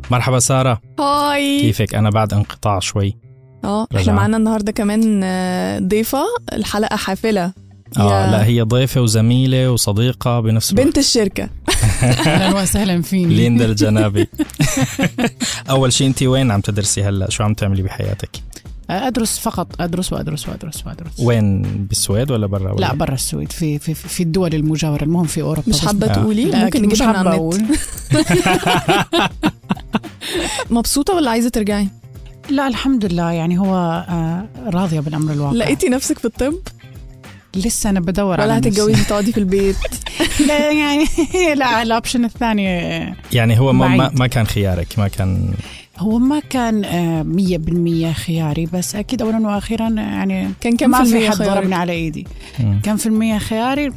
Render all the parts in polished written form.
مرحبا سارة. هاي، كيفك؟ أنا بعد انقطاع شوي. احنا معنا النهاردة كمان ضيفة. الحلقة حافلة. لا هي ضيفة وزميلة وصديقة بنفس الوقت، بنت الشركة. أهلا وسهلا فيني ليندا الجنابي. أول شيء أنتي وين عم تدرسي هلأ؟ شو عم تعملي بحياتك؟ أدرس فقط، أدرس. وين؟ بالسويد ولا برا؟ لا برا السويد، في الدول المجاورة، المهم في أوروبا. مش حابة تقولي؟ ممكن نجيبها من على النت. مبسوطة ولا عايزة ترجعي؟ لا الحمد لله، يعني هو راضية بالأمر الواقع. لقيتي نفسك في الطب؟ لسه أنا بدور على ولا هتتجوزي تقعدي في البيت؟ لا يعني لا، الأوبشن الثاني يعني هو ما كان خيارك؟ هو ما كان 100% خياري، بس أكيد أولا وأخيرا يعني كان كم ما في في حد خيارك؟ ضربني على إيدي. كم في المية خياري؟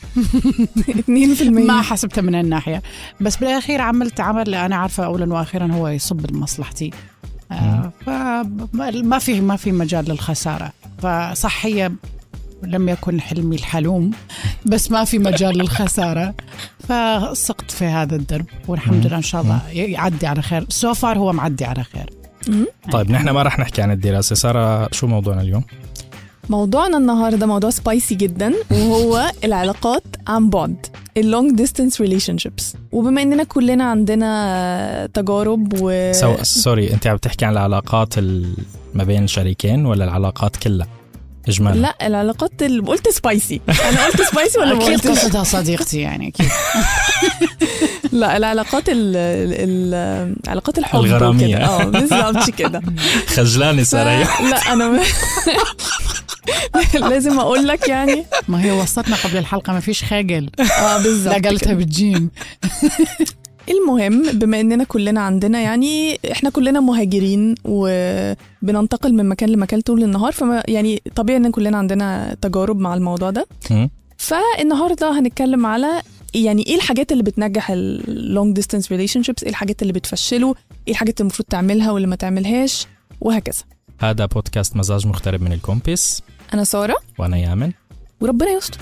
2%. ما حسبتها من الناحية، بس بالأخير عملت عمل أنا عارفة أولا وأخيرا هو يصب لمصلحتي. ما في مجال للخسارة. فصح هي لم يكن حلمي الحلوم، بس ما في مجال للخسارة، فسقط في هذا الدرب، والحمد لله إن شاء الله يعدي على خير. سوفار هو معدي على خير. طيب نحن ما رح نحكي عن الدراسة. سارة، شو موضوعنا اليوم؟ موضوعنا النهاردة موضوع سبايسي جدا، وهو العلاقات عن بعد، اللونج ديستانس ريليشنشيبس. وبما اننا كلنا عندنا تجارب سوري، انت عم تحكي عن العلاقات ما بين شريكين ولا العلاقات كلها اجمالا؟ لا، العلاقات قلت سبايسي. انا قلت سبايسي ولا ما قلتش؟ قصدها صديقتي يعني أكيد. لا، العلاقات العلاقات الحب الغرامية. بالظبط كده. خجلاني سارة. لا انا لازم اقول لك يعني، ما هي وصلتنا قبل الحلقة ما فيش خاجل. بالظبط، لا قلتها بالجيم. المهم، بما اننا كلنا عندنا يعني احنا كلنا مهاجرين وبننتقل من مكان لمكان طول النهار، فما يعني طبيعي ان كلنا عندنا تجارب مع الموضوع ده. فالنهارده هنتكلم على يعني ايه الحاجات اللي بتنجح اللونج ديستانس ريليشنشيبس، ايه الحاجات اللي بتفشله، ايه الحاجات اللي المفروض تعملها واللي ما تعملهاش، وهكذا. هذا بودكاست مزاج مغترب من الكومبيس. انا سارة وانا يامن، وربنا يستر.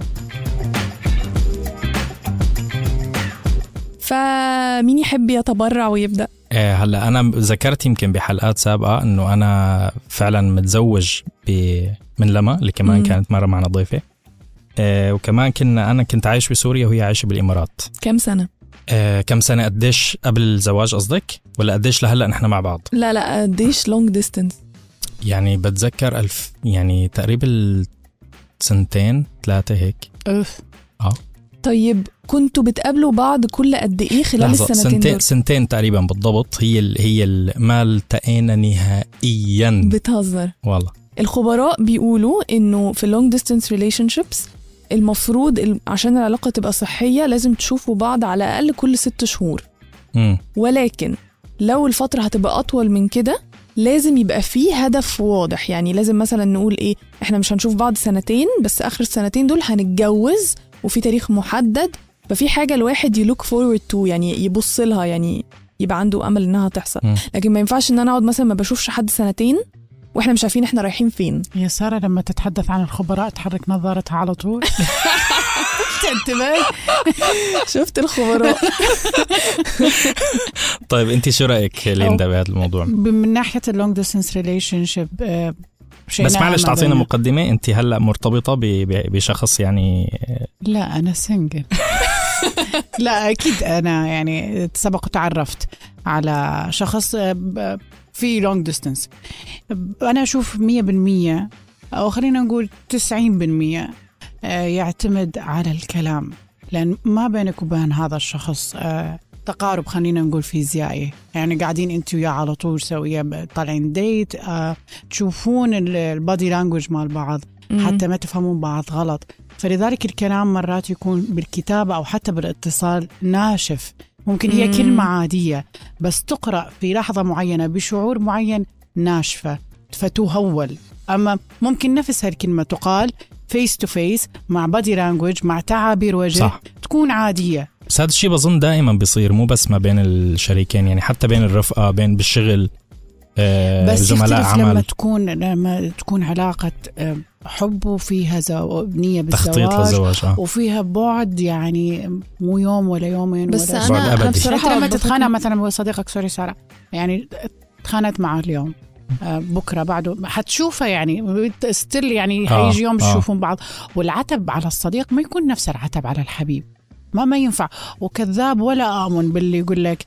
فمين يحب يتبرع ويبدأ؟ هلا أنا ذكرت يمكن بحلقات سابقة أنه أنا فعلا متزوج من لما، اللي كمان كانت مرة معنا ضيفة. وكمان أنا كنت عايش بسوريا وهي عايشة بالإمارات. كم سنة؟ كم سنة؟ قديش قبل الزواج قصدك؟ ولا قديش لهلأ نحن مع بعض؟ لا قديش لونج ديستانس؟ يعني بتذكر يعني تقريبا 2-3 هيك. طيب كنتوا بتقابلوا بعض كل قد ايه خلال السنتين دول؟ سنتين تقريبا بالضبط. هي ما التقينا نهائيا. بتهزر والله. الخبراء بيقولوا انه في اللونج ديستانس ريليشنشيبس المفروض عشان العلاقة تبقى صحية لازم تشوفوا بعض على الأقل كل 6 شهور. ولكن لو الفترة هتبقى أطول من كده لازم يبقى فيه هدف واضح. يعني لازم مثلا نقول ايه، احنا مش هنشوف بعض 2 سنين بس آخر 2 سنين دول هنتجوز، وفي تاريخ محدد، ففي حاجة الواحد يلوك فورورد تو، يعني يبص لها، يعني يبقى عنده أمل إنها تحصل. لكن ما ينفعش إن أنا أقعد مثلا ما بشوفش حد 2 سنين وإحنا مش عارفين إحنا رايحين فين. يا سارة لما تتحدث عن الخبراء تحرك نظارتها على طول. تنتبه. شفت الخبراء. طيب أنت شو رأيك ليندا بهذا الموضوع؟ من ناحية اللونج ديستانس ريليشنشيب، بس معلش تعطينا مقدمة. أنت هلأ مرتبطة بشخص يعني؟ لا أنا سنجل. لا أكيد أنا يعني سبق وتعرفت على شخص في لونج ديستانس. أنا أشوف 100% أو خلينا نقول 90% يعتمد على الكلام، لأن ما بينك وبين هذا الشخص تقارب خلينا نقول فيزيائي. يعني قاعدين انت وياه على طول سوية طالعين ديت، تشوفون البادي لانجوج مال بعض حتى ما تفهمون بعض غلط. فلذلك الكلام مرات يكون بالكتابة أو حتى بالاتصال ناشف. ممكن هي كلمة عادية بس تقرأ في لحظة معينة بشعور معين ناشفة فتهول. أما ممكن نفس هالكلمة تقال فيس تو فيس مع بادي لانجوج مع تعابير وجه، صح، تكون عادية. بس هذا الشيء بظن دائما بيصير، مو بس ما بين الشريكين، يعني حتى بين الرفقة، بين بالشغل، بس زملاء عمل. لما تكون علاقة حب وفيها نية تخطيط للزواج وفيها بعد يعني مو يوم ولا يومين بس ولا أنا بصراحة لما تتخانق مثلا صديقك سوري سارة يعني تخانت معه اليوم بكرة بعده حتشوفها يعني ستيل يعني هيجي يوم تشوفون بعض. والعتب على الصديق ما يكون نفس العتب على الحبيب ما ينفع. وكذاب ولا آمن باللي يقول لك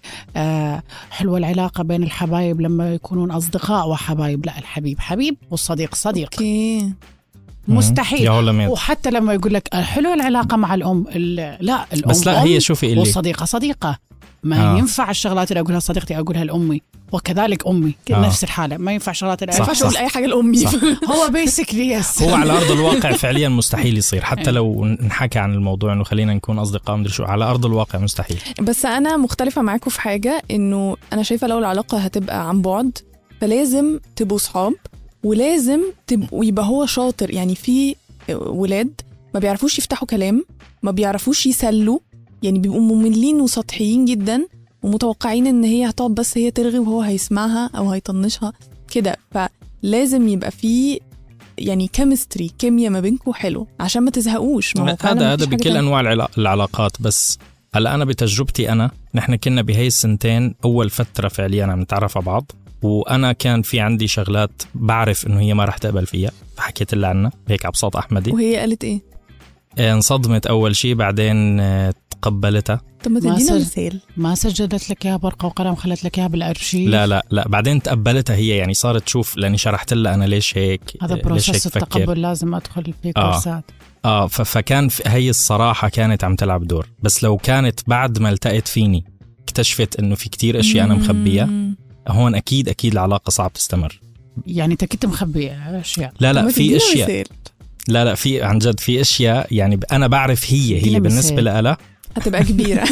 حلوة العلاقة بين الحبايب لما يكونون أصدقاء وحبايب. لا الحبيب حبيب والصديق صديق. أوكي. مستحيل. وحتى لما يقول لك حلوة العلاقة مع الأم لا الأم بس لا هي شوفي اللي والصديقة صديقة ما ينفع الشغلات اللي أقولها لصديقتي أقولها لأمي وكذلك أمي نفس الحالة. ما ينفع شغلات اللي أقول أي حاجة لأمي. هو بيسكلي يس هو على أرض الواقع فعليا مستحيل يصير. حتى لو نحكي عن الموضوع إنه خلينا نكون أصدقاء مدري شو، على أرض الواقع مستحيل. بس أنا مختلفة معاكم في حاجة، إنه أنا شايفة لو العلاقة هتبقى عن بعد فلازم تبقوا صحاب ولازم تبقوا يبقى هو شاطر. يعني في ولاد ما بيعرفوش يفتحوا كلام، ما بيعرفوش يسلوا، يعني بيبقوا مملين وسطحيين جدا ومتوقعين ان هي هتقعد بس هي ترغي وهو هيسمعها او هيطنشها كده. فلازم يبقى في يعني كيمستري كيمياء ما بينكم حلو عشان ما تزهقوش. هذا بكل انواع العلاقات. بس هلا انا بتجربتي نحن كنا بهي السنتين اول فتره فعليا عم نتعرف على بعض، وانا كان في عندي شغلات بعرف انه هي ما رح تقبل فيها فحكيت لها عنها هيك عبساط احمدي. وهي قالت ايه؟ انصدمت اول شيء بعدين تقبلتها. طب ما تدينا مثال. ما سجلت لك اياها برقه وقلم خلت لك اياها بالارشيف؟ لا بعدين تقبلتها هي، يعني صارت تشوف لاني شرحت لها انا ليش هيك. هذا بروسس التقبل لازم ادخل في كورسات. فكان هي الصراحه كانت عم تلعب دور. بس لو كانت بعد ما التقت فيني اكتشفت انه في كتير اشياء انا مخبيه، هون اكيد العلاقه صعب تستمر. يعني انت كنت مخبيه اشياء؟ لا في اشياء. لا في عن جد في اشياء يعني انا بعرف هي بالنسبه لها هتبقى كبيره.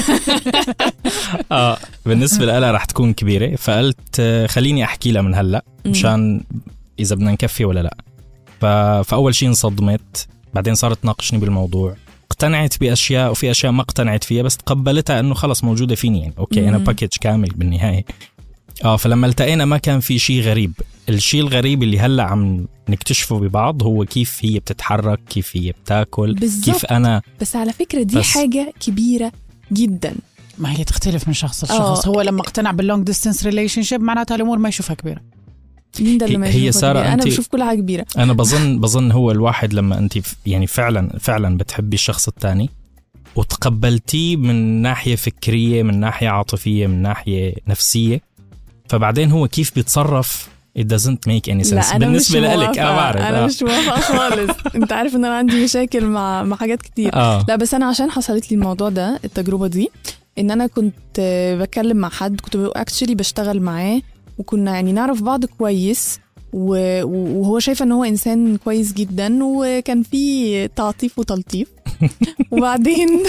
بالنسبه لها رح تكون كبيره. فقلت خليني احكي لها من هلا مشان اذا بدنا نكفي ولا لا. فاول شيء انصدمت، بعدين صارت تناقشني بالموضوع، اقتنعت باشياء وفي اشياء ما اقتنعت فيها بس تقبلتها انه خلص موجوده فيني يعني اوكي انا باكيج كامل بالنهايه. فلما التقينا ما كان في شيء غريب. الشيء الغريب اللي هلا عم نكتشفه ببعض هو كيف هي بتتحرك، كيف هي بتاكل، بالزبط. كيف أنا. بس على فكرة دي حاجة كبيرة جدا. ما هي تختلف من شخص لشخص. هو لما اقتنع باللونج ديستنس ريليشنشيب معناتها الأمور ما يشوفها كبيرة. مين ده اللي ما هي سارة أنا بشوف كل حاجة كبيرة. أنا بظن هو الواحد لما أنت يعني فعلا بتحبي الشخص الثاني وتقبلتيه من ناحية فكرية، من ناحية عاطفية، من ناحية نفسية، فبعدين هو كيف بيتصرف it doesn't make any sense بالنسبة لك. بعرف أنا مش موافقة خالص. أنت عارف إن أنا عندي مشاكل مع حاجات كتير. لا بس أنا عشان حصلت لي الموضوع ده، التجربة دي، إن أنا كنت بتكلم مع حد كنت actually بشتغل معاه وكنا يعني نعرف بعض كويس وهو شايف إن هو إنسان كويس جدا وكان فيه تعطيف وتلطيف. وبعدين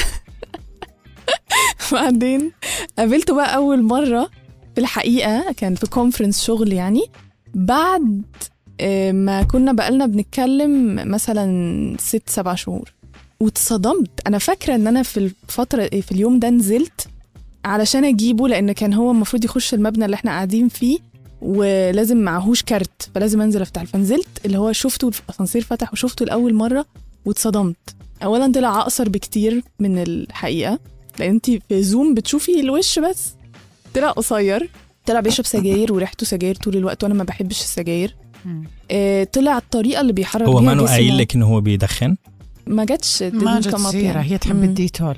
قابلته بقى أول مرة في الحقيقة كان في كونفرنس شغل يعني بعد ما كنا بقالنا بنتكلم مثلا 6-7 شهور. واتصدمت. أنا فاكرة إن أنا في اليوم ده نزلت علشان أجيبه لأن كان هو المفروض يخش المبنى اللي احنا قاعدين فيه ولازم معهوش كارت فلازم أنزل أفتح. فنزلت اللي هو شفته في الأسانسير فتح وشفته لأول مرة واتصدمت. أولا طلع أقصر بكتير من الحقيقة لأن انتي في زوم بتشوفي الوش بس، طلع قصير، طلع بيشرب سجاير وريحته سجاير طول الوقت وانا ما بحبش السجاير. طلع الطريقه اللي بيحرك بيها هو ما قايل لك انه هو بيدخن؟ ما جاتش سيرة يعني. هي تحب الديتول.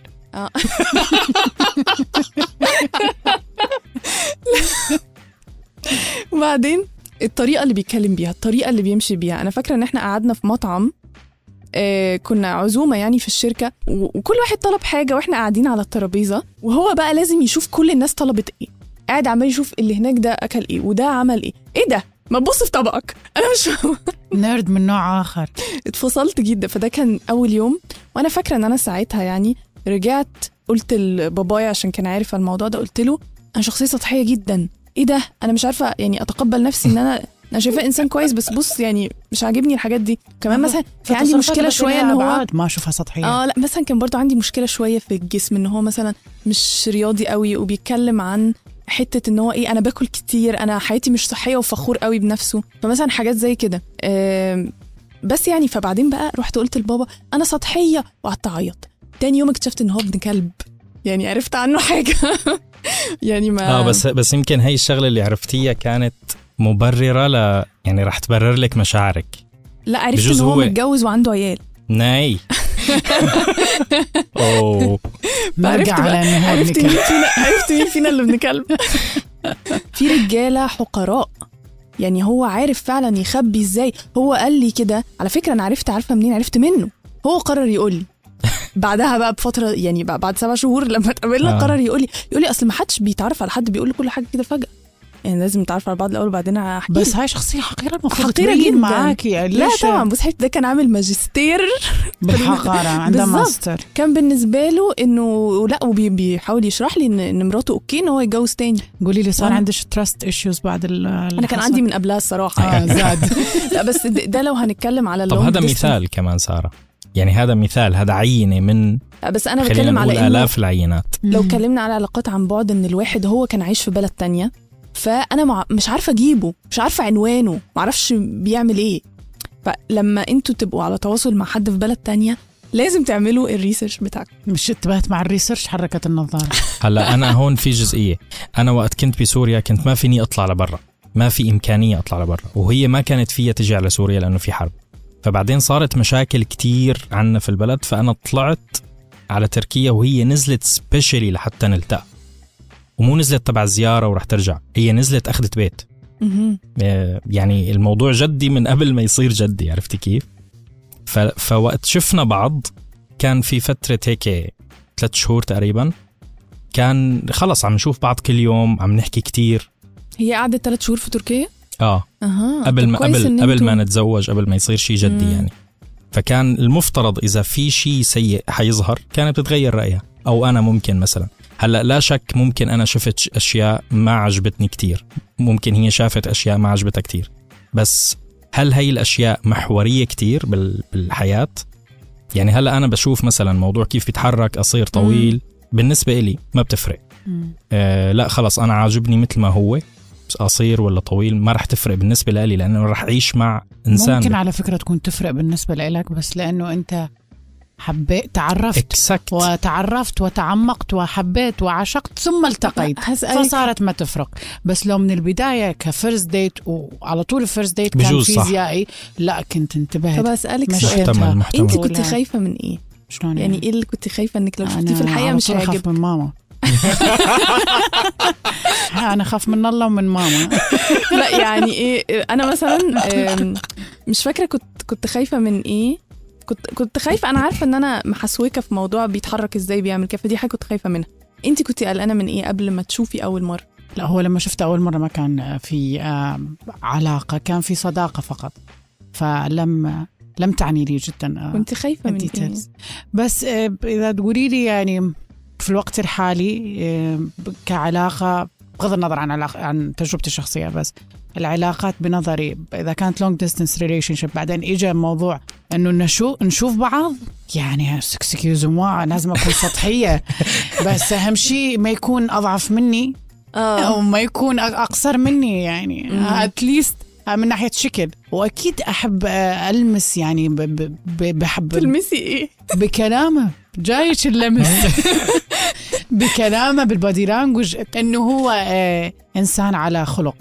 وبعدين الطريقه اللي بيتكلم بيها، الطريقه اللي بيمشي بيها. انا فاكره ان احنا قعدنا في مطعم، كنا عزومة يعني في الشركة وكل واحد طلب حاجة واحنا قاعدين على الترابيزة وهو بقى لازم يشوف كل الناس طلبت ايه، قاعد عمال يشوف اللي هناك ده أكل ايه وده عمل ايه ده ما تبص في طبقك. أنا مش نيرد من نوع آخر. اتفصلت جدا. فده كان أول يوم وأنا فاكرة أن أنا ساعتها يعني رجعت قلت لبابايا عشان كان عارف الموضوع ده، قلت له أنا شخصية سطحية جدا، ايه ده أنا مش عارفة يعني أتقبل نفسي إن أنا شايفاه إنسان كويس بس بص يعني مش عاجبني الحاجات دي. كمان مثلا في عندي مشكلة شوية إن هو ما أشوفها سطحية. لا مثلا كان برضو عندي مشكلة شوية في الجسم إن هو مثلا مش رياضي قوي وبيتكلم عن حتة إن هو أنا باكل كتير، أنا حياتي مش صحية وفخور قوي بنفسه. فمثلا حاجات زي كده بس يعني فبعدين بقى رحت قلت لبابا انا سطحيه وقعدت اعيط. تاني يوم اكتشفت ان هو ابن كلب، يعني عرفت عنه حاجه. يعني ما بس يمكن هاي الشغله اللي عرفتيها كانت مبرره يعني راح تبرر لك مشاعرك. لا عرفت ان هو متجوز وعنده عيال. ناي اوه مرجع على انه عرفت مين فينا اللي ابن كلب. في رجاله حقراء، يعني هو عارف فعلا يخبي ازاي. هو قال لي كده على فكره، انا عارفه منين؟ عرفت منه، هو قرر يقول لي بعدها بقى بفتره، يعني بعد 7 شهور لما اتقابلنا قرر يقول لي اصل ما حدش بيتعرف على حد بيقول لي كل حاجه كده فجاه، يعني لازم نتعرف على بعض الاول وبعدين احكي. بس هاي شخصيه حقيره، المفروض حقيره جدا معاكي يعني. لا طبعا، بص ده كان عامل ماجستير بالحقاره، عنده ماستر. كان بالنسبه له انه لا، وبيحاول يشرح لي ان مراته اوكي ان هو يتجوز تاني. قولي لي صار عندش تراست ايشوز بعد انا كان عندي من قبلها الصراحه. زاد. لا بس ده لو هنتكلم على طب هذا مثال كمان ساره، يعني هذا مثال، هذا عينه من، بس انا بتكلم على آلاف العينات. لو اتكلمنا على علاقات عن بعد، ان الواحد هو كان عايش في بلد تانية، فانا مش عارفه اجيبه، مش عارفه عنوانه، معرفش بيعمل ايه. فلما انتوا تبقوا على تواصل مع حد في بلد تانية لازم تعملوا الريسيرش بتاعكم. مش انتبهت مع الريسيرش حركت النظاره. هلا انا هون في جزئيه، انا وقت كنت بسوريا كنت ما فيني اطلع لبرا، ما في امكانيه اطلع لبرا، وهي ما كانت فيها تجي على سوريا لانه في حرب. فبعدين صارت مشاكل كتير عنا في البلد، فانا طلعت على تركيا وهي نزلت سبيشالي لحتى نلتقى، ومو نزلت تبع زيارة ورح ترجع، هي نزلت أخذت بيت. يعني الموضوع جدي من قبل ما يصير جدي، عرفتي كيف؟ فوقت شفنا بعض كان في فترة هيك 3 شهور تقريبا، كان خلص عم نشوف بعض كل يوم، عم نحكي كتير. هي قعدت 3 شهور في تركيا؟ قبل ما نتزوج، قبل ما يصير شيء جدي يعني. فكان المفترض إذا في شيء سيء حيظهر كانت بتغير رأيها، أو أنا ممكن مثلا، هلأ لا شك ممكن أنا شفت أشياء ما عجبتني كتير، ممكن هي شافت أشياء ما عجبتها كتير، بس هل هاي الأشياء محورية كتير بالحياة؟ يعني هلأ أنا بشوف مثلا موضوع كيف بيتحرك، قصير طويل، بالنسبة إلي ما بتفرق. لا خلص أنا عاجبني مثل ما هو، قصير ولا طويل ما رح تفرق بالنسبة لي، لأنه رح أعيش مع إنسان. ممكن على فكرة تكون تفرق بالنسبة لك، بس لأنه أنت حبيت، وتعرفت وتعمقت وحبيت وعشقت ثم التقيت، فصارت ما تفرق. بس لو من البداية كفيرست ديت وعلى طول الفيرست ديت كان فيزيائي، لا كنت انتبهت. طب أسألك سؤال، أنت كنت خايفة من إيه؟ شلون يعني إيه اللي كنت خايفة إنك لو شفتي في الحقيقة مش هيعجبك؟ أخاف من ماما. أنا خاف من الله ومن ماما. لا يعني إيه، أنا مثلا مش فاكرة كنت خايفة من إيه. كنت خايفة، أنا عارفة إن أنا محسوكة في موضوع بيتحرك إزاي بيعمل كيف، دي حاجة كنت خايفة منها. أنت كنت قلقانة من إيه قبل ما تشوفي أول مرة؟ لا هو لما شفت أول مرة ما كان في علاقة، كان في صداقة فقط، فلم تعني لي جدا. كنت خايفة من إيه؟ بس إذا تقولي لي يعني في الوقت الحالي كعلاقة، بغض النظر عن تجربتي الشخصية، بس العلاقات بنظري إذا كانت long distance relationship بعدين إجا موضوع إنه نشوف بعض، يعني excuse moi لازم أكون سطحية، بس أهم شيء ما يكون أضعف مني أو ما يكون أقصر مني، يعني at least من ناحية شكل. وأكيد أحب ألمس، يعني بحب تلمسي إيه؟ بكلامه، جايش اللمس. بكلامه، بالبادي لانجوج، إنه هو إنسان على خلق،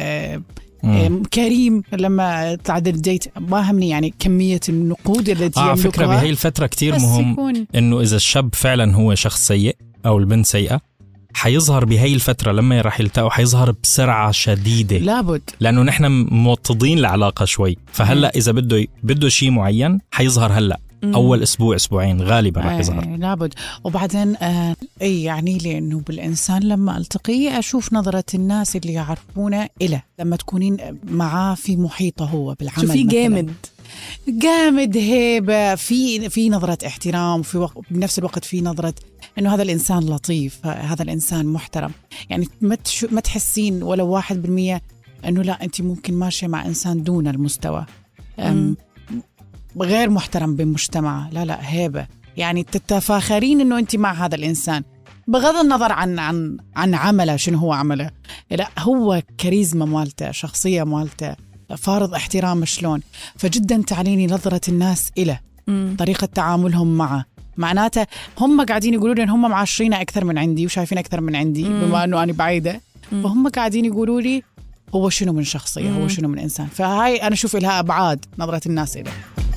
كريم. لما تعد الديت ما همني يعني كمية النقود التي يملكها. فكرة بهي الفترة كتير مهم إنه إذا الشاب فعلا هو شخص سيء أو البنت سيئة، حيظهر بهي الفترة لما يرح يلتقوا، حيظهر بسرعة شديدة لابد، لأنه نحن موطدين العلاقة شوي. فهلأ إذا بده شيء معين حيظهر هلأ، أول أسبوع أسبوعين غالبا رح يظهر. لابد. وبعدين يعني لأنه بالإنسان لما ألتقيه أشوف نظرة الناس اللي يعرفونه إله لما تكونين معاه في محيطه هو بالعمل. شوفي جامد هيبة، في نظرة احترام، وفي بنفس الوقت في نظرة إنه هذا الإنسان لطيف، هذا الإنسان محترم. يعني ما تحسين ولو 1% إنه لا أنت ممكن ماشية مع إنسان دون المستوى، غير محترم بمجتمع. لا هيبة، يعني تتفاخرين إنه أنت مع هذا الإنسان بغض النظر عن عمله، شنو هو عمله. لا هو كاريزما مالته، شخصية مالته، فارض احترام شلون. فجدا تعليني نظرة الناس إلى طريقة تعاملهم معه. معناته هم قاعدين يقولوا لي إن هم معاشرين أكثر من عندي وشايفين أكثر من عندي بما أنه أنا بعيدة، فهم قاعدين يقولوا لي هو شنو من شخصية، هو شنو من إنسان. فهاي أنا أشوف لها أبعاد نظرة الناس إليه.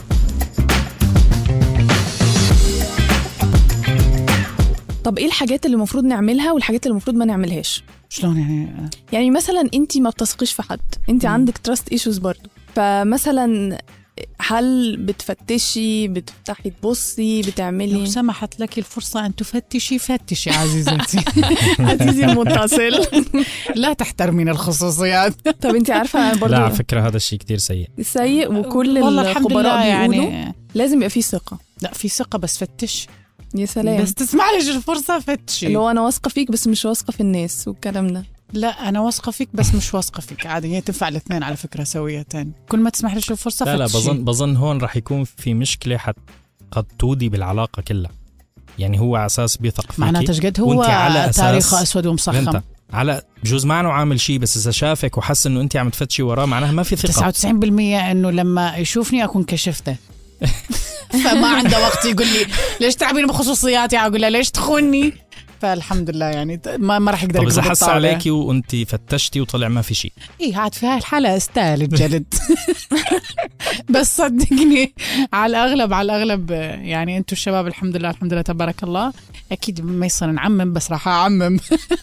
طب إيه الحاجات اللي المفروض نعملها والحاجات اللي المفروض ما نعملهاش؟ شلون يعني؟ يعني مثلا أنت ما بتثقيش في حد، أنت عندك تراست ايشوز برضو، فمثلا هل بتفتشي، بتفتحي تبصي، بتعملي؟ لو سمحت لك الفرصة أن تفتشي فتشي عزيزتي. عزيزي المتصل. لا تحترمين الخصوصيات. طب أنت عارفة برضو، لا على فكرة هذا الشيء كتير سيء وكل الخبراء بيقولوا يعني لازم يبقى فيه ثقة. لا في ثقة بس فتش. يا سلام، بس تسمع ليش الفرصة فتشي. اللي هو أنا واثقة فيك بس مش واثقة في الناس والكلام ده. لا أنا واثقة فيك بس مش واثقة فيك، عادي، هي تنفع الاثنين على فكرة سويتين. كل ما تسمح ليش الفرصة لا فتشي. لا بظن هون رح يكون في مشكلة قد تودي بالعلاقة كلها. يعني هو على أساس بيثق فيكي، معناته تجد هو تاريخه أسود ومصخم على بجوز ما أنه عامل شيء، بس إذا شافك وحس إنه أنت عم تفتشي وراه معناها ما في ثقة. 99% إنه لما يشوفني أكون كشفته. فما عنده وقت يقول لي ليش تعبين بخصوصياتي، أقول له ليش تخوني. فالحمد لله يعني ما راح يقدر. طب إذا حس عليكي وأنت فتشتي وطلع ما في شيء، إيه عاد في هاي الحالة استاهل الجلد. بس صدقني على الأغلب يعني أنتوا الشباب الحمد لله تبارك الله، أكيد ما يصير نعمم بس راح أعمم.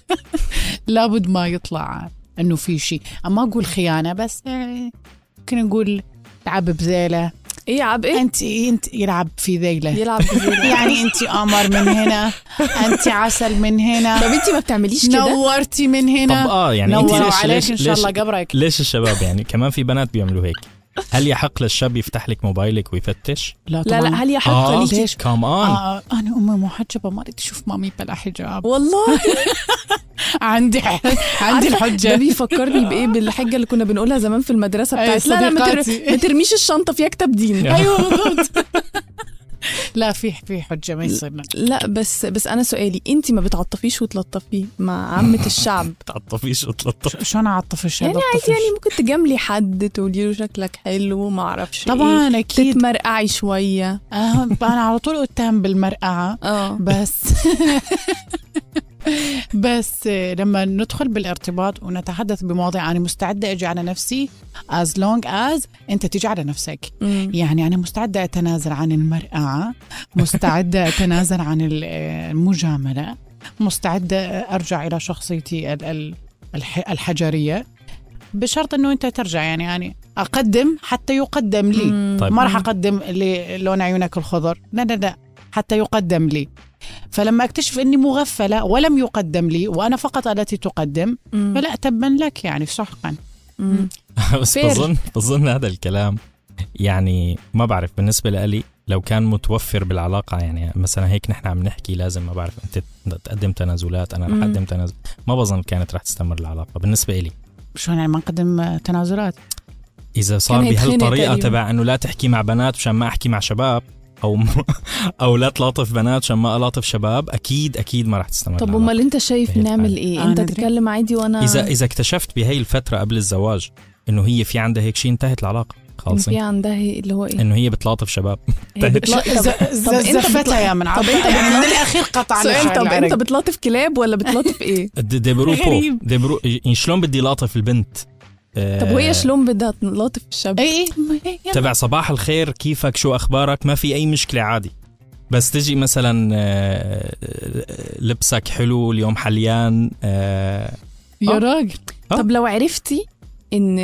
لابد ما يطلع إنه في شيء. أما أقول خيانة بس ممكن نقول لعب بذيلة. ايه عب ايه؟ انت يلعب في ذيله، يلعب بذيله. يعني انت قمر من هنا، انت عسل من هنا. طب انت ما بتعمليش كده؟ نورتي من هنا. طب يعني انت ليش ان شاء الله قبرك. ليش الشباب يعني كمان في بنات بيعملوا هيك؟ هل يحق للشاب يفتح لك موبايلك ويفتش؟ لا طبعا. لا هل يحق ليش؟ كمان انا امي محجبه ما اريد اشوف مامي بلا حجاب والله. عندي الحجه. ده بيفكرني بايه؟ بالحجه اللي كنا بنقولها زمان في المدرسه بتاعت لا ما ترميش الشنطه فيها كتاب دين. ايوه بالضبط. لا في حجه ما يصير. لا بس انا سؤالي، انت ما بتعطفيش وتلطفي مع عامه الشعب؟ تعطفيش وتلطفي؟ شو انا اعطفش يعني عادي، يعني ممكن تجاملي حد تقولي له شكلك حلو ما اعرفش طبعا إيه. اكيد تتمرقعي شويه. انا على طول اتهم بالمرقعه. بس لما ندخل بالارتباط ونتحدث بمواضيع أنا مستعدة أجي على نفسي as long as أنت تجي على نفسك. يعني أنا مستعدة أتنازل عن المرقعة، مستعدة أتنازل عن المجاملة، مستعدة أرجع إلى شخصيتي الحجرية، بشرط أنه أنت ترجع. يعني أقدم حتى يقدم لي. طيب. ما راح أقدم لون عيونك الخضر، لا حتى يقدم لي. فلما أكتشف أني مغفلة ولم يقدم لي وأنا فقط التي تقدم، فلا تبا لك يعني سحقا. بس بظن هذا الكلام يعني ما بعرف بالنسبة لي لو كان متوفر بالعلاقة. يعني مثلا هيك نحن عم نحكي لازم ما بعرف أنت تقدم تنازلات أنا رح أقدم تنازل، ما بظن كانت رح تستمر العلاقة بالنسبة لي. شو يعني ما نقدم تنازلات؟ إذا صار بهالطريقة تبع أنه لا تحكي مع بنات عشان ما أحكي مع شباب، أو لا تلاطف بنات عشان ما ألاطف شباب، أكيد ما راح تستمر. طب أمال أنت شايف نعمل إيه؟ أنت تتكلم عادي وأنا إذا اكتشفت بهاي الفترة قبل الزواج إنه هي في عندها هيك شيء، انتهت العلاقة خالص. في عندها اللي هو إيه؟ إنه هي بتلاطف شباب. زفتها يا من عطل. يعني من الأخير قطع سؤال. طب أنت بتلاطف كلاب ولا بتلاطف إيه؟ دبرو شلون بدي لاطف البنت؟ طب وهي شلون بدها تلاطف الشاب؟ تبع صباح الخير كيفك شو أخبارك، ما في أي مشكلة عادي. بس تجي مثلا لبسك حلو اليوم حليان يا راجل. طب لو عرفتي إن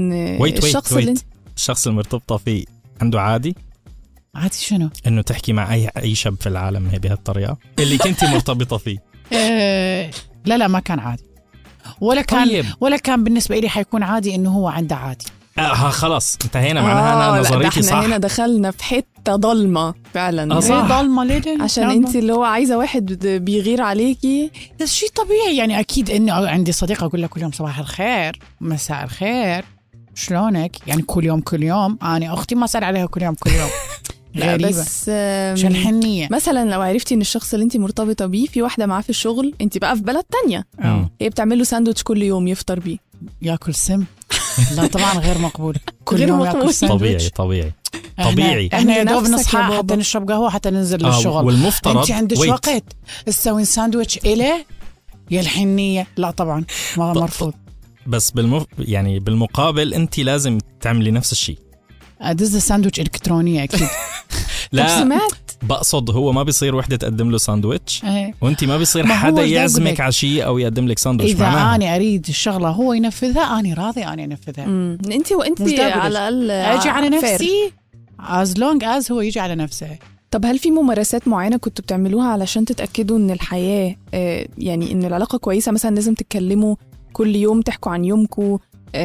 الشخص المرتبطة فيه عنده عادي شنو؟ إنه تحكي مع أي شاب في العالم هي بهالطريقة اللي كنتي مرتبطة فيه. لا ما كان عادي ولا كان بالنسبة لي حيكون عادي إنه هو عنده عادي. خلاص انتهينا. معناها أنا نظريتي صح. هنا دخلنا في حتة ضلمة فعلا. ضلمة ليه؟ عشان انت اللي هو عايزة واحد بيغير عليكي. ده شيء طبيعي. يعني أكيد إنه عندي صديقة أقول لها كل يوم صباح الخير مساء الخير شلونك، يعني كل يوم. أنا أختي ما أسأل عليها كل يوم غريبة. بس عشان حنية. مثلا لو عرفتي ان الشخص اللي انت مرتبطة بيه في واحدة معاه في الشغل، انت بقى في بلد تانية، هي بتعمل له ساندويتش كل يوم يفطر بيه، ياكل سم. لا طبعا غير مقبول. كل يوم ياكل ساندويتش. طبيعي احنا يا دوب نصحى حتى نشرب قهوه حتى ننزل للشغل. والمفترض انت عندك وقت تسوي ساندويتش إله يا الحنيه؟ لا طبعا ما مرفوض. بس يعني بالمقابل انت لازم تعملي نفس الشيء. ادز ساندويتش الكترونيه اكيد. لا بقصد هو ما بيصير وحده تقدم له ساندويتش وانت ما بيصير حدا يعزمك على شيء او يقدم لك ساندويتش. اذا انا اريد الشغله هو ينفذها انا راضي انا انفذها. انت على الاقل اجي على نفسي as long as هو يجي على نفسه. طب هل في ممارسات معينه كنتوا بتعملوها علشان تتاكدوا ان الحياه يعني ان العلاقه كويسه؟ مثلا لازم تتكلموا كل يوم، تحكوا عن يومكم،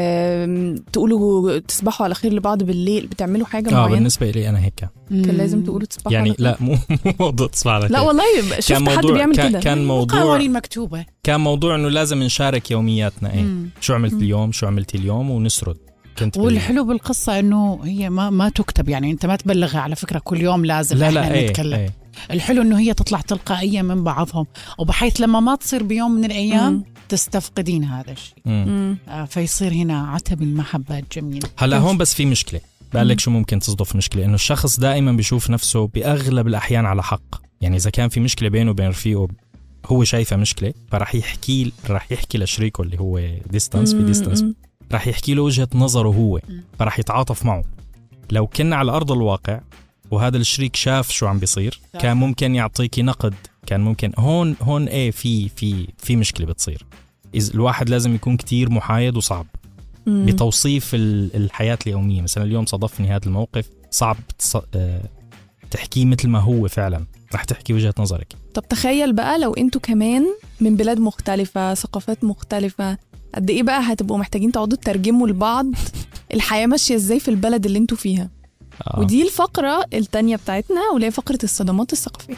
تقولوا تصبحوا على خير لبعض بالليل، بتعملوا حاجه معينه؟ بالنسبه لي انا هيك كان لازم تقولوا تصبحوا يعني على خير. لا مو موضوع تصبح على خير. لا والله شفت حد بيعمل كده. كان موضوع قوانين مكتوبه. كان موضوع انه لازم نشارك يومياتنا شو عملت اليوم، شو عملتي اليوم، ونسرد. والحلو بالقصه انه هي ما تكتب، يعني انت ما تبلغها على فكره كل يوم لازم احنا نتكلم. الحلو انه هي تطلع تلقائيا من بعضهم، وبحيث لما ما تصير بيوم من الايام تستفقدين هذا الشيء. فيصير هنا عتب المحبه الجميل. هلا هون بس في مشكله بقالك شو ممكن تصدف مشكله، انه الشخص دائما بيشوف نفسه باغلب الاحيان على حق. يعني اذا كان في مشكله بينه وبين رفيقه هو شايفه مشكله، فراح يحكي لشريكه اللي هو ديستانس راح يحكي له وجهة نظره هو، فراح يتعاطف معه. لو كنا على أرض الواقع وهذا الشريك شاف شو عم بيصير كان ممكن يعطيكي نقد، كان ممكن هون في مشكلة بتصير. إذا الواحد لازم يكون كتير محايد وصعب بتوصيف الحياة اليومية. مثلا اليوم صادفني هذا الموقف صعب تحكيه مثل ما هو فعلا، راح تحكي وجهة نظرك. طب تخيل بقى لو انتوا كمان من بلاد مختلفة، ثقافات مختلفة، قد ايه بقى هتبقوا محتاجين تقعدوا تترجموا لبعض الحياة ماشية ازاي في البلد اللي انتوا فيها. ودي الفقرة التانية بتاعتنا، واللي هي فقرة الصدمات الثقافية.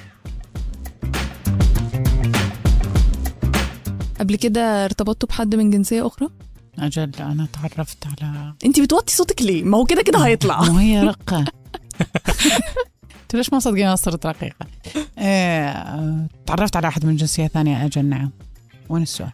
قبل كده ارتبطتوا بحد من جنسية أخرى؟ أجل أنا تعرفت على... انتي بتوطي صوتك ليه؟ ما هو كده هيطلع. ما هي رقة. ليش ما صدقين صرت رقيقة؟ تعرفت على أحد من جنسية ثانية. أجل نعم. وين السؤال؟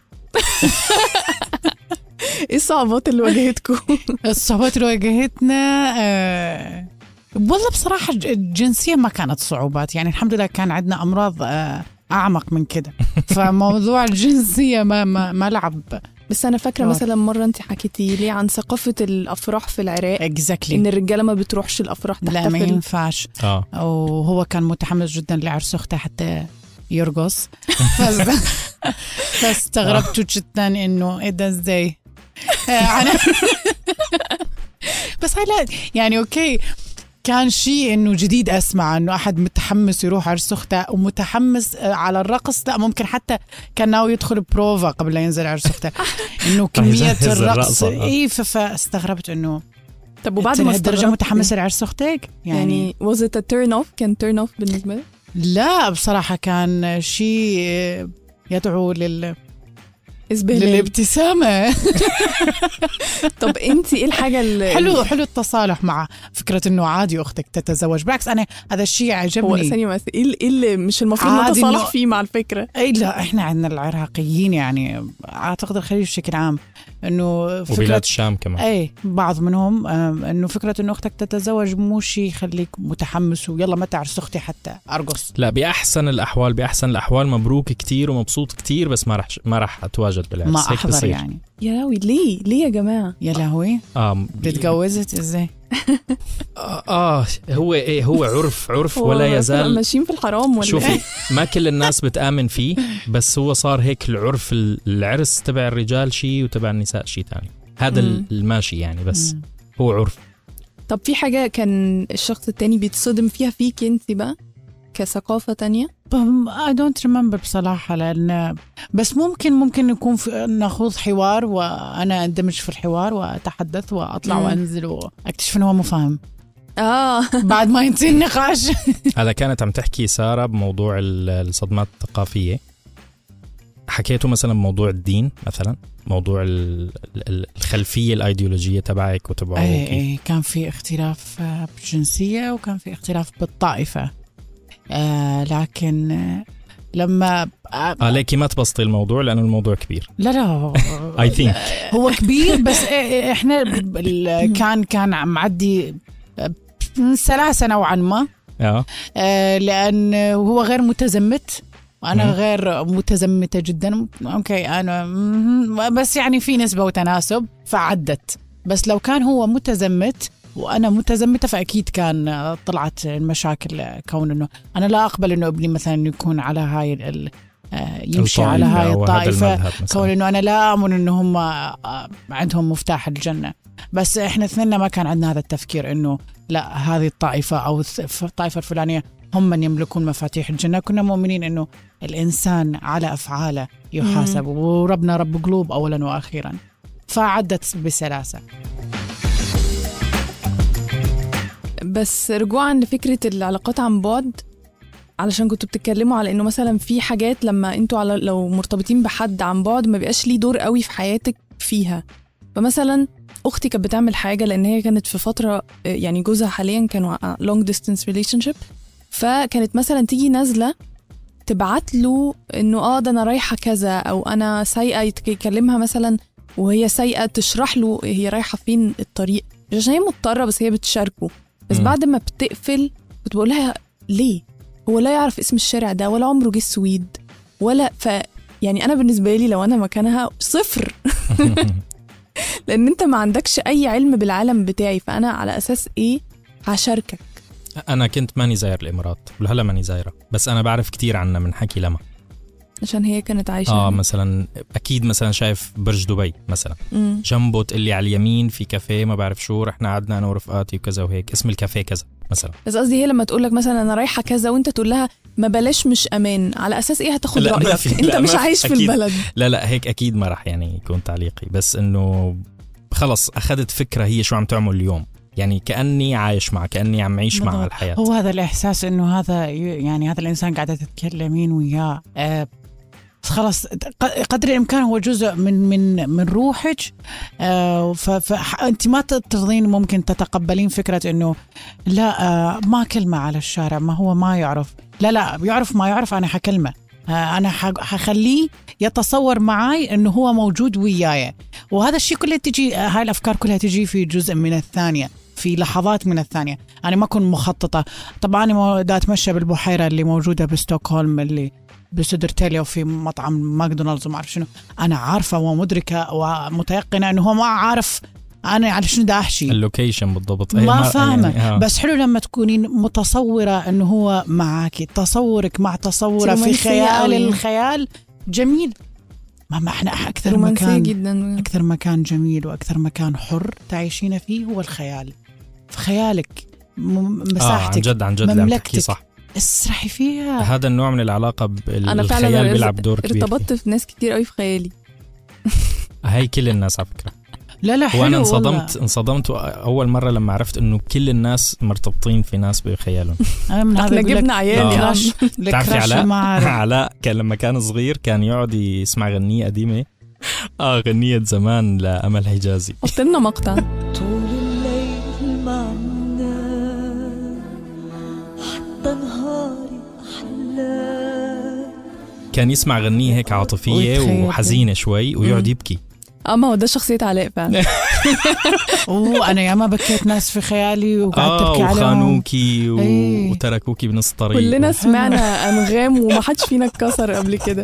ايه الصعوبات اللي واجهتكم؟ الصعوبات اللي واجهتنا والله بصراحة الجنسية ما كانت صعوبات، يعني الحمد لله كان عندنا أمراض أعمق من كده، فموضوع الجنسية ما لعب. بس أنا فاكرة مثلا مرة أنت حكيتي لي عن ثقافة الأفراح في العراق. إن الرجالة ما بتروحش الأفراح تحتفل. لا ما ينفعش. وهو كان متحمس جدا لعرس أخته حتى يرقص. فاستغربت جدا إنه إيه ده إزاي. بس هلا يعني أوكي كان شيء إنه جديد أسمع إنه أحد متحمس يروح عرس أخته ومتحمس على الرقص. لا ممكن حتى كان ناوي يدخل بروفا قبل لا ينزل عرس أخته إنه كمية الرقص. إيه فاستغربت إنه طب وبعد ما الدرجة متحمسة لعرس أختك يعني was it a turn off؟ كان turn off بالنسبة لي؟ لا بصراحة كان شيء يدعو للابتسامة. طب انتي ايه الحاجة حلو التصالح مع فكرة انه عادي اختك تتزوج. بالعكس انا هذا الشيء عجبني. هو ثانية ايه اللي مش المفروض نتصالح فيه مع الفكرة؟ اي لا احنا عندنا العراقيين يعني اعتقد الخليج بشكل عام انه وبلاد الشام كمان اي بعض منهم انه فكرة انه اختك تتزوج مو شيء يخليك متحمس ويلا ما تعرس اختي حتى ارقص. لا بأحسن الأحوال مبروك كتير ومبسوط كتير، بس ما راح اتواجد بالعرس. ما أحضر يعني. يا لهوي ليه يا جماعة؟ يا لهوي تتجوزت ازاي؟ هو عرف ولا يزال ماشيين في الحرام ولا شوفي ما كل الناس بتآمن فيه، بس هو صار هيك العرف. العرس تبع الرجال شيء وتبع النساء شيء تاني. هذا الماشي يعني، بس هو عرف. طب في حاجة كان الشخص التاني بيتصدم فيها فيك انت بقى كثقافة تانية؟ I don't remember بصراحة، لأن بس ممكن يكون ناخذ حوار وأنا أندمج في الحوار وأتحدث وأطلع وأنزل وأكتشف أنه هو مفاهم بعد ما ينتهي النقاش. هذا كانت عم تحكي سارة بموضوع الصدمات الثقافية، حكيته مثلا بموضوع الدين، مثلا موضوع الخلفية الأيديولوجية تبعك وتبعه. أي كان في اختلاف بالجنسية وكان في اختلاف بالطائفة. لكن لما عليكي ما تبسطي الموضوع لأنه الموضوع كبير. لا I think هو كبير بس احنا كان معدي سلاسة نوعا ما لأن هو غير متزمت وأنا غير متزمتة جدا. أوكي أنا بس يعني في نسبة وتناسب فعدت. بس لو كان هو متزمت وأنا متزمتة فأكيد كان طلعت المشاكل. كون إنه أنا لا أقبل إنه ابني مثلا يكون على هاي يمشي على هاي الطائفة، كون إنه أنا لا أؤمن إنه هم عندهم مفتاح الجنة. بس إحنا اثنين ما كان عندنا هذا التفكير إنه لا هذه الطائفة أو الطائفة الفلانية هم من يملكون مفاتيح الجنة. كنا مؤمنين إنه الإنسان على أفعاله يحاسب وربنا رب قلوب أولا وأخيرا. فعدت بسلاسة. بس رجوعا لفكرة العلاقات عن بعد، علشان كنتوا بتتكلموا على إنه مثلا في حاجات لما انتوا لو مرتبطين بحد عن بعد ما بيبقاش ليه دور قوي في حياتك فيها. فمثلا أختي كانت بتعمل حاجة لأن هي كانت في فترة يعني جوزها حاليا كانوا long distance relationship، فكانت مثلا تيجي نازلة تبعت له إنه ده أنا رايحة كذا أو أنا سايقة، يكلمها مثلا وهي سايقة تشرح له هي رايحة فين الطريق، مش عشان هي مضطرة بس هي بتشاركه. بس بعد ما بتقفل كنت بقول لها ليه هو لا يعرف اسم الشارع ده ولا عمره جه السويد ولا يعني أنا بالنسبة لي لو أنا مكانها صفر لأن أنت ما عندكش أي علم بالعالم بتاعي، فأنا على أساس إيه هشاركك؟ أنا كنت ماني زاير الإمارات ولهلا ماني زايرة، بس أنا بعرف كتير عنها من حكي لما عشان هي كانت عايشة مثلا أكيد مثلا شايف برج دبي مثلا جنبه تقلي على اليمين في كافيه ما بعرف شو، رحنا قعدنا أنا ورفقاتي وكذا وهيك اسم الكافيه كذا مثلا. بس قصدي هي لما تقولك مثلا أنا رايحة كذا وانت تقول لها ما بلاش مش أمان، على أساس إيه هتاخد رأيك؟ انت مش عايش في البلد. لا هيك أكيد ما رح يعني يكون تعليقي، بس إنه خلص أخذت فكرة هي شو عم تعمل اليوم، يعني كأني عايش معه، كأني عم عيش مع الحياة. هو هذا الإحساس إنه هذا يعني هذا الإنسان قاعدة تتكلمين وياه خلاص قدر الإمكان هو جزء من روحك. فأنت ما ترضين ممكن تتقبلين فكرة إنه لا ما كلمة على الشارع، ما هو ما يعرف، لا يعرف ما يعرف، أنا حكلمة، أنا حخليه يتصور معي إنه هو موجود وياي. وهذا الشيء كله تجي، هاي الأفكار كلها تجي في جزء من الثانية، في لحظات من الثانية. أنا ما أكون مخططة. طبعا أنا دا أتمشى بالبحيرة اللي موجودة بستوكهولم اللي بسودرتيليا وفي مطعم ماكدونالدز وما أعرف شنو، أنا عارفة ومدركة ومتيقنة إنه هو ما عارف أنا على شنو دا أحشي اللوكيشن بالضبط، ما فاهمة يعني بس حلو لما تكونين متصورة إنه هو معاكي، تصورك مع تصورة في خيال الخيال جميل. ما احنا أكثر مكان جدا. أكثر مكان جميل وأكثر مكان حر تعيشين فيه هو الخيال. في خيالك مساحتك عن جد مملكتك صح، اسرحي فيها. هذا النوع من العلاقة أنا الخيال بيلعب دور كبير. ارتبطت في ناس كتير قوي في خيالي. هاي كل الناس على فكرة. لا حلو. وأنا انصدمت أول مرة لما عرفت إنه كل الناس مرتبطين في ناس بخيالهم. احنا جبنا عيال. تعرفي علاء كان لما كان صغير كان يقعد يسمع غنية قديمة غنية زمان لأمل حجازي. قلت لنا مقطع طول الليل معنا حتى نهاري أحلى. كان يسمع غنية هيك عاطفية وحزينة شوي ويقعد يبكي. ما هو ده شخصية علاء فعلا. أنا ياما بكيت ناس في خيالي وقعدت تبكي عليهم وخانوكي وتركوكي بنص الطريق. كلنا سمعنا أنغام وما حدش فينا اتكسر قبل كده.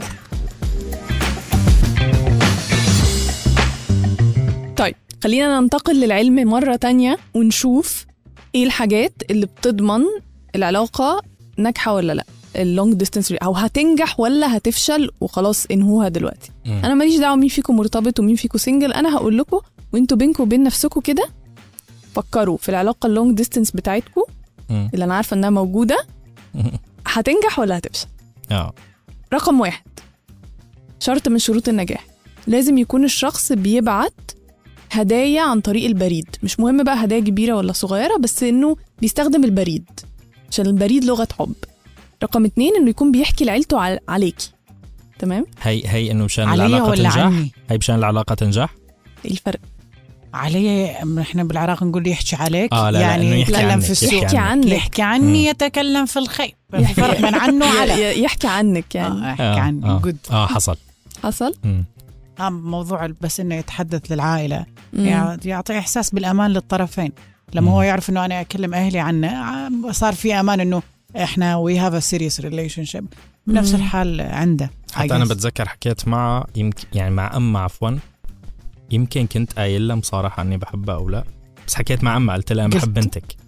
طيب خلينا ننتقل للعلم مرة تانية ونشوف إيه الحاجات اللي بتضمن العلاقة ناجحة ولا لأ، اللونج ديستنس، أو هتنجح ولا هتفشل وخلاص انهوها دلوقتي. أنا ماليش دعوة مين فيكم مرتبط ومين فيكم سنجل، أنا هقول لكم وانتوا بينكم وبين نفسكم كده فكروا في العلاقة اللونج ديستنس بتاعتكم اللي أنا عارفة أنها موجودة، هتنجح ولا هتفشل. رقم 1، شرط من شروط النجاح، لازم يكون الشخص بيبعت هدايا عن طريق البريد. مش مهم بقى هدايا كبيرة ولا صغيرة، بس إنه بيستخدم البريد عشان البريد لغة حب. رقم 2، إنه يكون بيحكي لعيلته عليكي. تمام. هي إنه مشان العلاقة تنجح. هي مشان العلاقة تنجح. إيه الفرق؟ عليه احنا بالعراق نقول يحكي عليك، لا يعني يتكلم في السوق، يحكي عني يتكلم في الخير، في فرق بين عنه على يحكي عنك يعني. يحكي عني جود. حصل موضوع بس انه يتحدث للعائله يعطي احساس بالامان للطرفين. لما هو يعرف انه انا اكلم اهلي عنه صار في امان انه احنا we have a serious relationship. بنفس الحال عنده. حتى انا بتذكر حكيت مع يعني مع أم عفوا، يمكن كنت قايل لها بصراحه اني بحبها او لا، بس حكيت مع أم قلت لها بحب بنتك.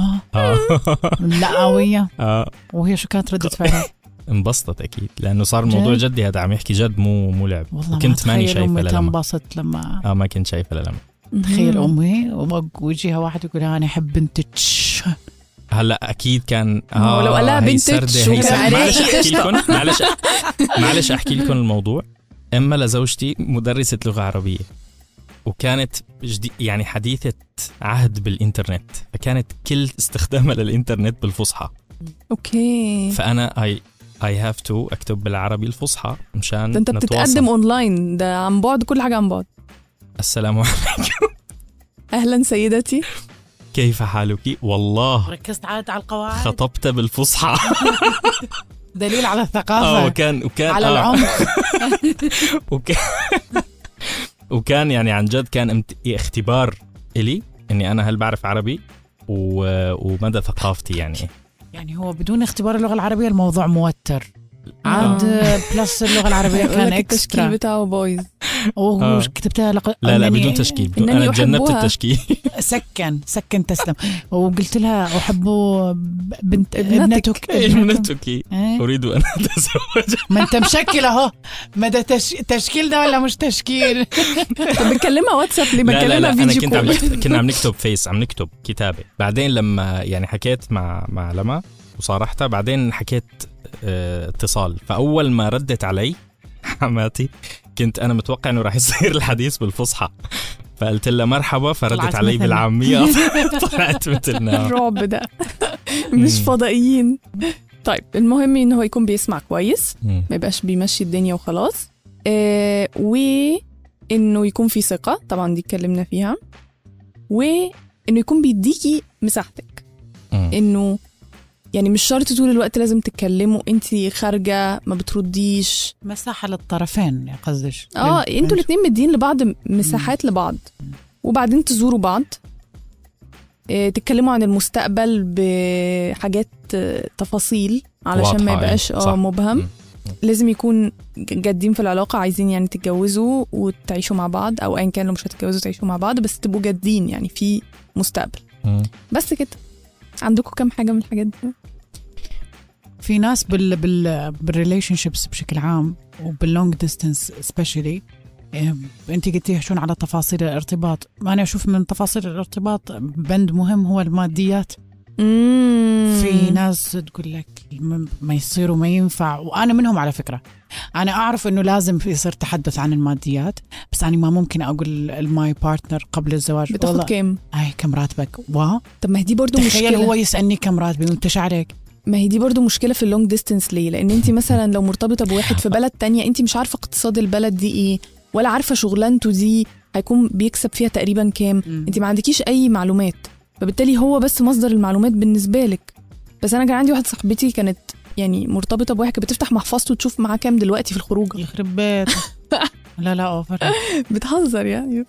لا قويه. وهي شو كانت ردة فعلها؟ انبسطت اكيد، لانه صار الموضوع جدي، هذا عم يحكي جد مو لعب. كنت ماني شايفه للأم. تنبسط لما ما كنت شايفه للأم. تخيل امي ويجيها واحد يقول انا احب بنتك. هلا اكيد كان لو قالها بنتك معلش احكي لكم الموضوع. اما لزوجتي مدرسه لغه عربيه، وكانت يعني حديثه عهد بالانترنت، فكانت كل استخدامها للانترنت بالفصحى. اوكي. فانا I have to اكتب بالعربي الفصحى مشان انت بتتقدم اونلاين، ده عن بعد، كل حاجه عن بعد. السلام عليكم. اهلا سيدتي، كيف حالك؟ والله ركزت على القواعد، خطبت بالفصحى. دليل على الثقافة. وكان على العمق. وكان يعني عن جد كان اختبار إلي إني أنا هل بعرف عربي ومدى ثقافتي يعني هو بدون اختبار اللغة العربية الموضوع موتر عاد. بلس اللغة العربية كان التشكيل بتاعه بايظ. كتبتها لا بدون تشكيل. أنا تجنبت التشكيل. سكن تسلم. وقلت لها أحب ابنتك. أريد أن أتزوج. ما أنت مشكل أهو، مدى تشكيل ده ولا مش تشكيل؟ طب بنكلمها واتساب ليه؟ بنكلمها فيديو كول. كنا عم نكتب عم نكتب كتابة. بعدين لما يعني حكيت مع لما وصارحتها، بعدين حكيت اتصال. فأول ما ردت علي حماتي كنت أنا متوقع أنه راح يصير الحديث بالفصحى، فقلت لها مرحبا، فردت علي بالعامية. طلعت مثلنا. الرعب ده مش فضائيين. طيب المهم إنه هو يكون بيسمع كويس، ما يبقاش بيمشي الدنيا وخلاص، وإنه يكون في ثقة، طبعا دي اتكلمنا فيها، وإنه يكون بيديكي مساحتك. إنه يعني مش شرط طول الوقت لازم تتكلموا، انتي خارجة ما بترديش. مساحة للطرفين يا قصدش. انتوا الاتنين مدين لبعض مساحات لبعض، وبعدين تزوروا بعض، تتكلموا عن المستقبل بحاجات تفاصيل علشان ما يبقاش مبهم. لازم يكون جادين في العلاقة، عايزين يعني تتجوزوا وتعيشوا مع بعض، او ايا كان لو مش هتتجوزوا تعيشوا مع بعض، بس تبقوا جادين يعني في مستقبل. بس كده. عندكم كم حاجة من الحاجات دي؟ في ناس بالريليشن شيبس بشكل عام وباللونج ديستنس سبيشالي، انت قلتي يحشون على تفاصيل الارتباط. انا اشوف من تفاصيل الارتباط بند مهم هو الماديات. في ناس تقول لك ما يصير وما ينفع، وانا منهم على فكرة. انا اعرف انه لازم يصير تحدث عن الماديات، بس انا ما ممكن اقول الماي بارتنر قبل الزواج بتاخد كم؟ كم راتبك؟ طب ما هي دي برضو مشكلة. تخيل هو يسألني كم راتبي وانت شعرك. ما هي دي برضو مشكلة في اللونج ديستنس. ليه؟ لان انت مثلا لو مرتبطة بواحد في بلد تانية، انت مش عارفة اقتصاد البلد دي ايه، ولا عارفة شغلانته دي هيكون بيكسب فيها تقريبا كام. انت ما عندكيش اي معلومات، فبالتالي هو بس مصدر المعلومات بالنسبة لك. بس انا كان عندي واحدة صاحبتي كانت يعني مرتبطة بواحد، كانت بتفتح محفظته وتشوف معاه كام دلوقتي في الخروج. يخرب بيت. لا اوفر. بتهزر يعني.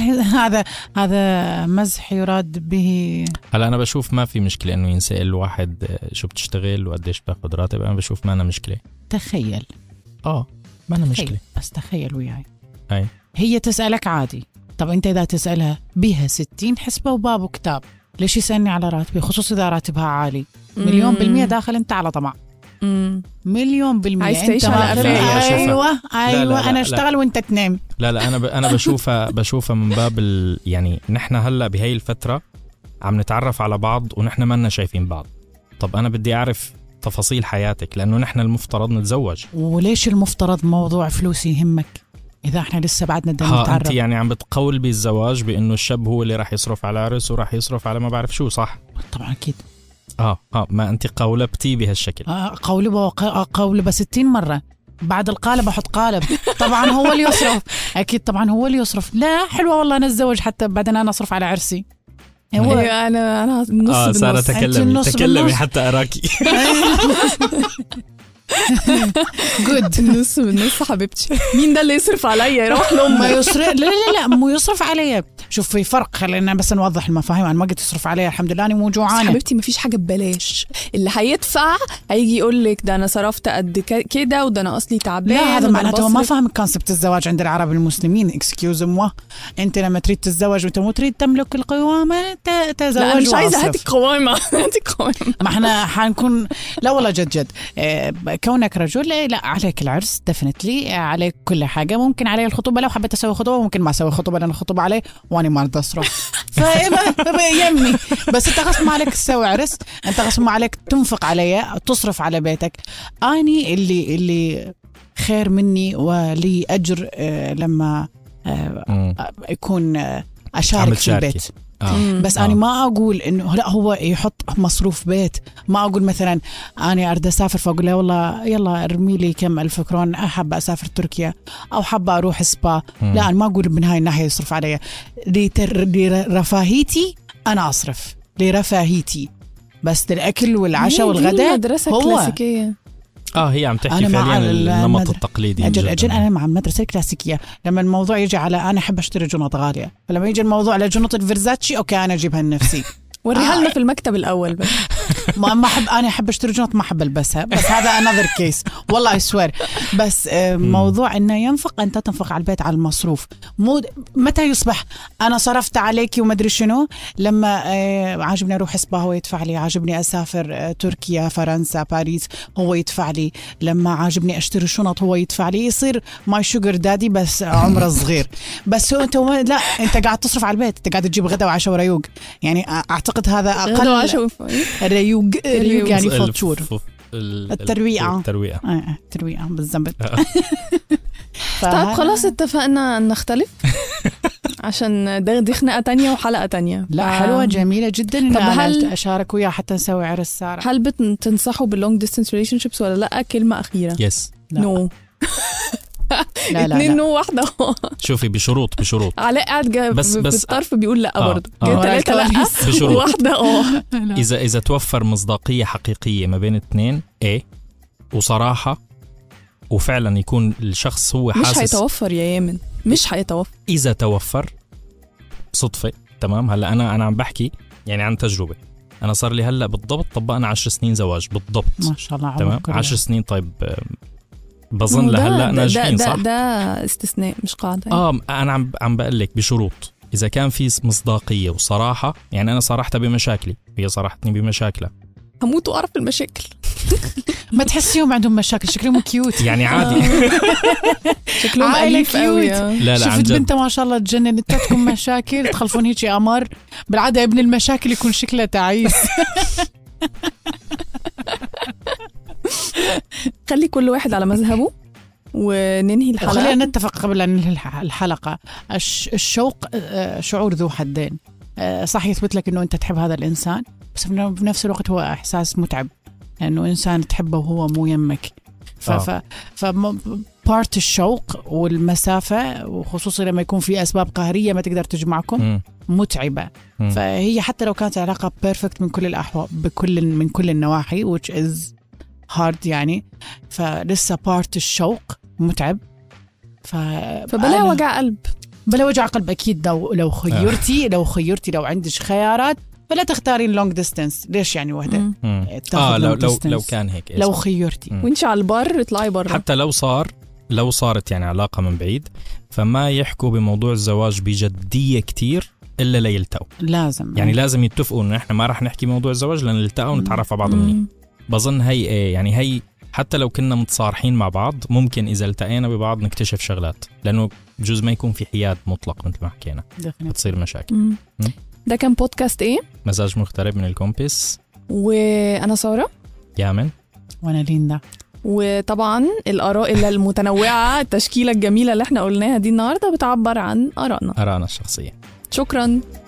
هذا مزح يراد به. هلا انا بشوف ما في مشكله انه ينسأل واحد شو بتشتغل وقديش باخذ راتب. انا بشوف ما أنا مشكله. تخيل ما أنا مشكله، بس تخيل وياي هي تسألك عادي. طب انت اذا تسألها بيها 60 حسبة وباب وكتاب، ليش يسألني على راتبي؟ خصوصا اذا راتبها عالي. 100% داخل انت على طمع. 100% عايز تعيش على ايوه لا انا اشتغل وانت تنام. لا انا بشوفها من باب يعني نحن هلا بهاي الفتره عم نتعرف على بعض ونحن ما لنا شايفين بعض. طب انا بدي اعرف تفاصيل حياتك، لانه نحن المفترض نتزوج. وليش المفترض موضوع فلوس يهمك اذا احنا لسه بعدنا بدنا نتعرف؟ انت يعني عم بتقول بالزواج بانه الشاب هو اللي راح يصرف على عرس وراح يصرف على ما بعرف شو، صح؟ طبعا اكيد. ما انت قولبتي بهالشكل. قولبه 60 مرة. بعد القالب أحط قالب. طبعا هو اللي يصرف، أكيد طبعا هو اللي يصرف. لا حلوة والله أنا أتزوج حتى بعدين أنا أصرف على عرسي. هو أنا نص سارة تكلمي حتى أراكي. جود. النص بالنص حبيبتي. مين ده اللي يصرف عليا؟ يروح لهم ما يصرف. لا مو يصرف عليا. شوف في فرق، خلينا بس نوضح المفاهيم. أنا ما قلت يصرف عليا، الحمد لله أنا مو جوعانة حبيبتي. ما فيش حاجة ببلاش. اللي هيدفع هيجي يقول لك ده أنا صرفت قد كده وده أنا أصلي تعبان. لا هذا معناته ما فاهم كونسبت الزواج عند العرب المسلمين. اكسكيوز موا، أنت لما تريد تتزوج وأنت مو تريد تملك القوامة تزوج. لا مش عايزة هاتي قوامة. هاتي قوامة. ما احنا حنكون. لا والله جد كونك رجل لا عليك العرس دفنتلي، عليك كل حاجة. ممكن علي الخطوبة لو حبيت أسوي خطوبة، ممكن ما أسوي خطوبة لأن الخطوبة علي وأنا ما أرضى أصرف. يمي بس أنت غصب عليك تسوي عرس، أنت غصب عليك تنفق عليا، تصرف على بيتك. أني اللي خير مني ولي أجر لما يكون أشارك في البيت. بس أنا ما أقول إنه لا هو يحط مصروف بيت. ما أقول مثلا أنا أريد أسافر فأقول له والله يلا ارمي لي كم ألف كرون، أحب أسافر تركيا أو حابة أروح سبا. لا أنا ما أقول من هاي الناحية يصرف عليا. لرفاهيتي أنا أصرف لرفاهيتي، بس للأكل والعشاء والغداء مدرسة كلاسيكية. هي عم تحكي فعليا النمط التقليدي. أجل أنا مع المدرسة الكلاسيكية. لما الموضوع يجي على أنا أحب أشتري جنط غالية، فلما يجي الموضوع على جنط الفيرزاتشي أوكي أنا أجيبها لنفسي. وريها لنا في المكتب الأول بس. ما أحب، أنا أحب أشتري جنط ما أحب ألبسها، بس هذا another case والله أسوار. بس موضوع إنه ينفق، أنت تنفق على البيت على المصروف. مو متى يصبح أنا صرفت عليك وما أدري شنو. لما عاجبني أروح سبا هو يدفع لي، عاجبني أسافر تركيا فرنسا باريس هو يدفع لي، لما عاجبني أشتري شنط هو يدفع لي. يصير ماي شوجر دادي بس عمره صغير. بس هو أنت لا أنت قاعد تصرف على البيت، أنت قاعد تجيب غدا وعشاء وريوق. يعني أعتقد هذا أقل. الريوق يعني فطور الترويعة بالضبط. طيب خلاص اتفقنا أن نختلف عشان دي خناقة تانية وحلقة تانية. لا حلوة جميلة جدا. طب هل أشارك وياه حتى نسوي عرس سارة؟ هل بتنصحوا باللونج ديستنس ريليشنشيبس ولا لا؟ كلمة أخيرة. يس. نو. لا اتنين نو واحدة. شوفي بشروط علاء قاعد بس بالطرف بيقول لا برضه. ثلاثة لا بشروط. واحدة إذا توفر مصداقية حقيقية ما بين اثنين وصراحة وفعلا يكون الشخص هو حاسس. مش هيتوفر يا يامن، مش هيتوفر. إذا توفر صدفة تمام. هلا أنا عم بحكي يعني عن تجربة. أنا صار لي هلا بالضبط طبقنا 10 سنين زواج بالضبط. ما شاء الله. تمام 10 سنين. طيب بظن لهلا ناجحين صح؟ ده استثناء مش قاعدة. أنا عم بقول لك بشروط. إذا كان في مصداقية وصراحة، يعني أنا صراحتها بمشاكلي، هي صراحتني بمشاكلها. هموت وأعرف المشاكل. ما تحسيهم عندهم مشاكل، شكلهم كيوت يعني عادي. شكلهم أليف قوي. لا شفت بنته ما شاء الله تجنن. انت تكون مشاكل تخلفون هيك أمر. بالعادة ابن المشاكل يكون شكله تعيس. خلي كل واحد على مذهبه وننهي الحلقة. خلينا نتفق قبل أن ننهي الحلقة. الشوق شعور ذو حدين. صح يثبت لك أنه أنت تحب هذا الإنسان، بس بنفس الوقت هو إحساس متعب أنه إنسان تحبه وهو مو يمك. بارت الشوق والمسافة، وخصوصا لما يكون في أسباب قهرية ما تقدر تجمعكم متعبة. فهي حتى لو كانت علاقة بيرفكت من كل الأحوال من كل النواحي which is hard يعني، فلسه بارت الشوق متعب. فبلا وجع قلب. بلا وجع قلب أكيد. لو خيرتي لو عندك خيارات فلا تختارين لونج ديستنس. ليش يعني وحدة لو كان هيك لو خيرتي وانت على البر اطلعي برا. حتى لو صارت يعني علاقة من بعيد، فما يحكوا بموضوع الزواج بجدية كتير إلا ليلتقوا. لازم يتفقوا إنه إحنا ما رح نحكي موضوع الزواج لأن نلتقوا ونتعرف على بعض منيح. بظن هي يعني هي حتى لو كنا متصارحين مع بعض ممكن إذا التقينا ببعض نكتشف شغلات، لأنه بجوز ما يكون في حياد مطلق مثل ما حكينا، بتصير مشاكل. ده كان بودكاست مزاج مغترب من الكومبس، وأنا سارة، يامن، وأنا ليندا. وطبعا الآراء المتنوعة التشكيلة الجميلة اللي احنا قلناها دي النهاردة بتعبر عن آرائنا الشخصية. شكرا.